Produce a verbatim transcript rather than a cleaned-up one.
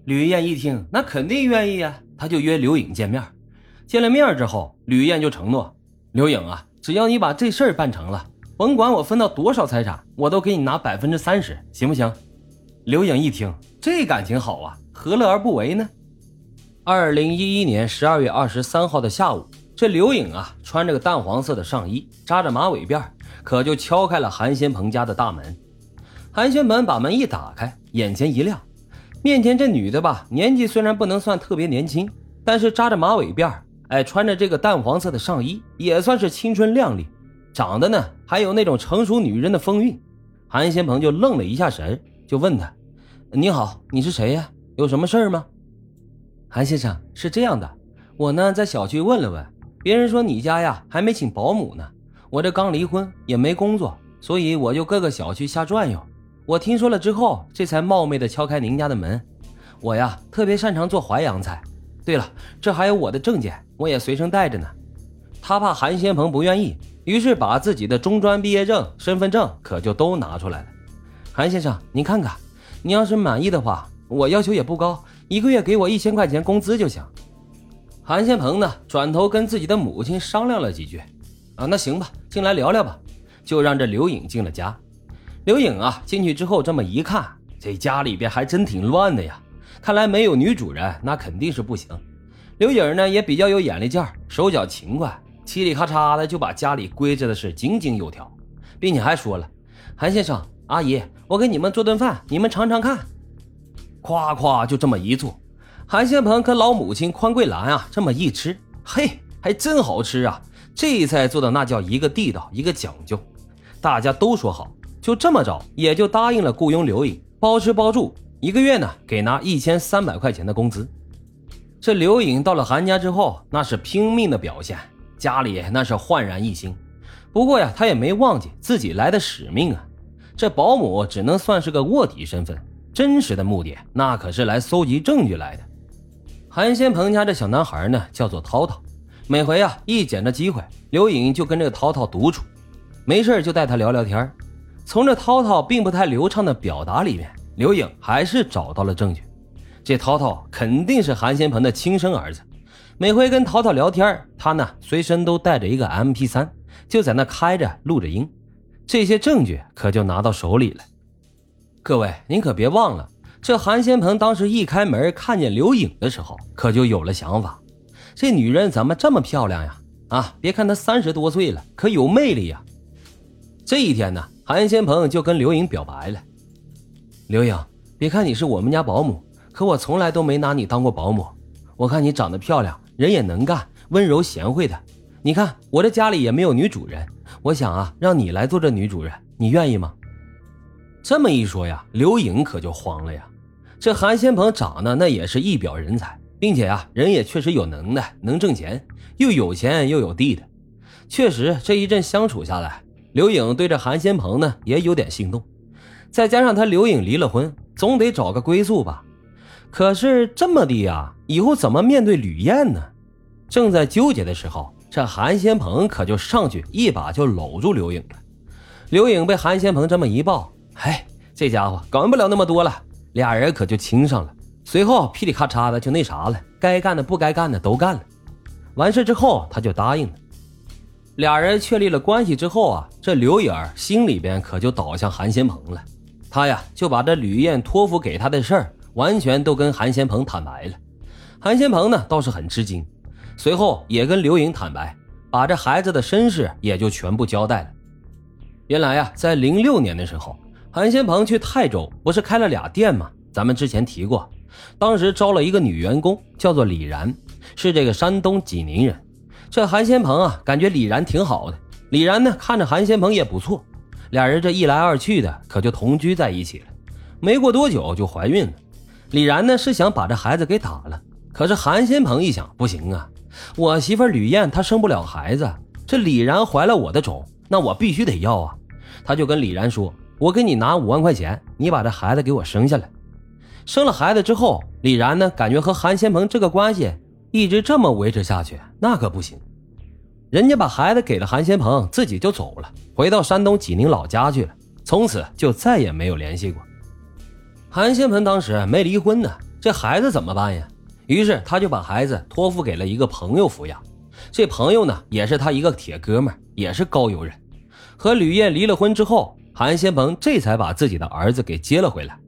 吕燕一听，那肯定愿意啊，他就约刘颖见面。见了面之后，吕燕就承诺，刘颖啊，只要你把这事儿办成了，甭管我分到多少财产，我都给你拿百分之三十，行不行？刘颖一听，这感情好啊，何乐而不为呢？二零一一年十二月二十三号的下午，这刘颖啊，穿着个淡黄色的上衣，扎着马尾辫，可就敲开了韩先鹏家的大门。韩先鹏把门一打开，眼前一亮，面前这女的吧，年纪虽然不能算特别年轻，但是扎着马尾辫，哎，穿着这个淡黄色的上衣，也算是青春靓丽，长得呢还有那种成熟女人的风韵。韩先鹏就愣了一下神，就问他：你好，你是谁呀？有什么事儿吗？韩先生，是这样的，我呢在小区问了问，别人说你家呀还没请保姆呢，我这刚离婚也没工作，所以我就各个小区瞎转悠，我听说了之后，这才冒昧的敲开您家的门。我呀特别擅长做淮扬菜，对了，这还有我的证件，我也随身带着呢。他怕韩先鹏不愿意，于是把自己的中专毕业证、身份证可就都拿出来了。韩先生，您看看，你要是满意的话，我要求也不高，一个月给我一千块钱工资就行。韩先鹏呢，转头跟自己的母亲商量了几句，啊，那行吧，进来聊聊吧，就让这刘颖进了家。刘颖啊，进去之后这么一看，这家里边还真挺乱的呀，看来没有女主人那肯定是不行。刘颖呢也比较有眼力劲儿，手脚勤快，嘁里咔嚓的就把家里归置的是井井有条，并且还说了：韩先生、阿姨，我给你们做顿饭，你们尝尝看。夸夸就这么一做，韩先鹏跟老母亲宽桂兰啊这么一吃，嘿，还真好吃啊！这菜做的那叫一个地道，一个讲究，大家都说好，就这么着也就答应了雇佣刘颖，包吃包住，一个月呢给拿一千三百块钱的工资。这刘颖到了韩家之后，那是拼命的表现，家里那是焕然一新。不过呀，他也没忘记自己来的使命啊，这保姆只能算是个卧底身份，真实的目的那可是来搜集证据来的。韩先鹏家这小男孩呢叫做涛涛，每回啊一捡着机会，刘颖就跟这个涛涛独处，没事就带他聊聊天。从这涛涛并不太流畅的表达里面，刘颖还是找到了证据。这涛涛肯定是韩先鹏的亲生儿子，每回跟涛涛聊天，他呢随身都带着一个 M P 三， 就在那开着录着音，这些证据可就拿到手里了。各位您可别忘了，这韩先鹏当时一开门看见刘颖的时候，可就有了想法，这女人怎么这么漂亮呀？啊，别看她三十多岁了，可有魅力呀。这一天呢，韩先鹏就跟刘颖表白了。刘颖，别看你是我们家保姆，可我从来都没拿你当过保姆。我看你长得漂亮，人也能干，温柔贤惠的。你看我这家里也没有女主人，我想啊，让你来做这女主人，你愿意吗？这么一说呀，刘颖可就慌了呀。这韩先鹏长得那也是一表人才，并且啊，人也确实有能耐，能挣钱，又有钱又有地的。确实这一阵相处下来，刘颖对这韩先鹏呢也有点心动。再加上他刘颖离了婚，总得找个归宿吧。可是这么的呀，以后怎么面对吕燕呢？正在纠结的时候，这韩先鹏可就上去一把就搂住刘颖了。刘颖被韩先鹏这么一抱，哎，这家伙管不了那么多了，俩人可就亲上了。随后噼里咔嚓的就那啥了，该干的不该干的都干了。完事之后他就答应了。俩人确立了关系之后啊，这刘颖心里边可就倒向韩先鹏了。他呀就把这吕燕托付给他的事儿完全都跟韩先鹏坦白了。韩先鹏呢倒是很吃惊，随后也跟刘颖坦白，把这孩子的身世也就全部交代了。原来呀，在零六年的时候，韩先鹏去泰州不是开了俩店吗？咱们之前提过，当时招了一个女员工，叫做李然，是这个山东济宁人。这韩先鹏啊，感觉李然挺好的，李然呢看着韩先鹏也不错，俩人这一来二去的，可就同居在一起了。没过多久就怀孕了。李然呢是想把这孩子给打了，可是韩先鹏一想，不行啊，我媳妇吕燕她生不了孩子，这李然怀了我的种，那我必须得要啊。他就跟李然说，我给你拿五万块钱，你把这孩子给我生下来。生了孩子之后，李然呢感觉和韩先鹏这个关系一直这么维持下去那可不行。人家把孩子给了韩先鹏，自己就走了，回到山东济宁老家去了，从此就再也没有联系过。韩先鹏当时没离婚呢， 这孩子怎么办呀？于是他就把孩子托付给了一个朋友抚养。这朋友呢，也是他一个铁哥们儿，也是高邮人。和吕燕离了婚之后，韩先鹏这才把自己的儿子给接了回来。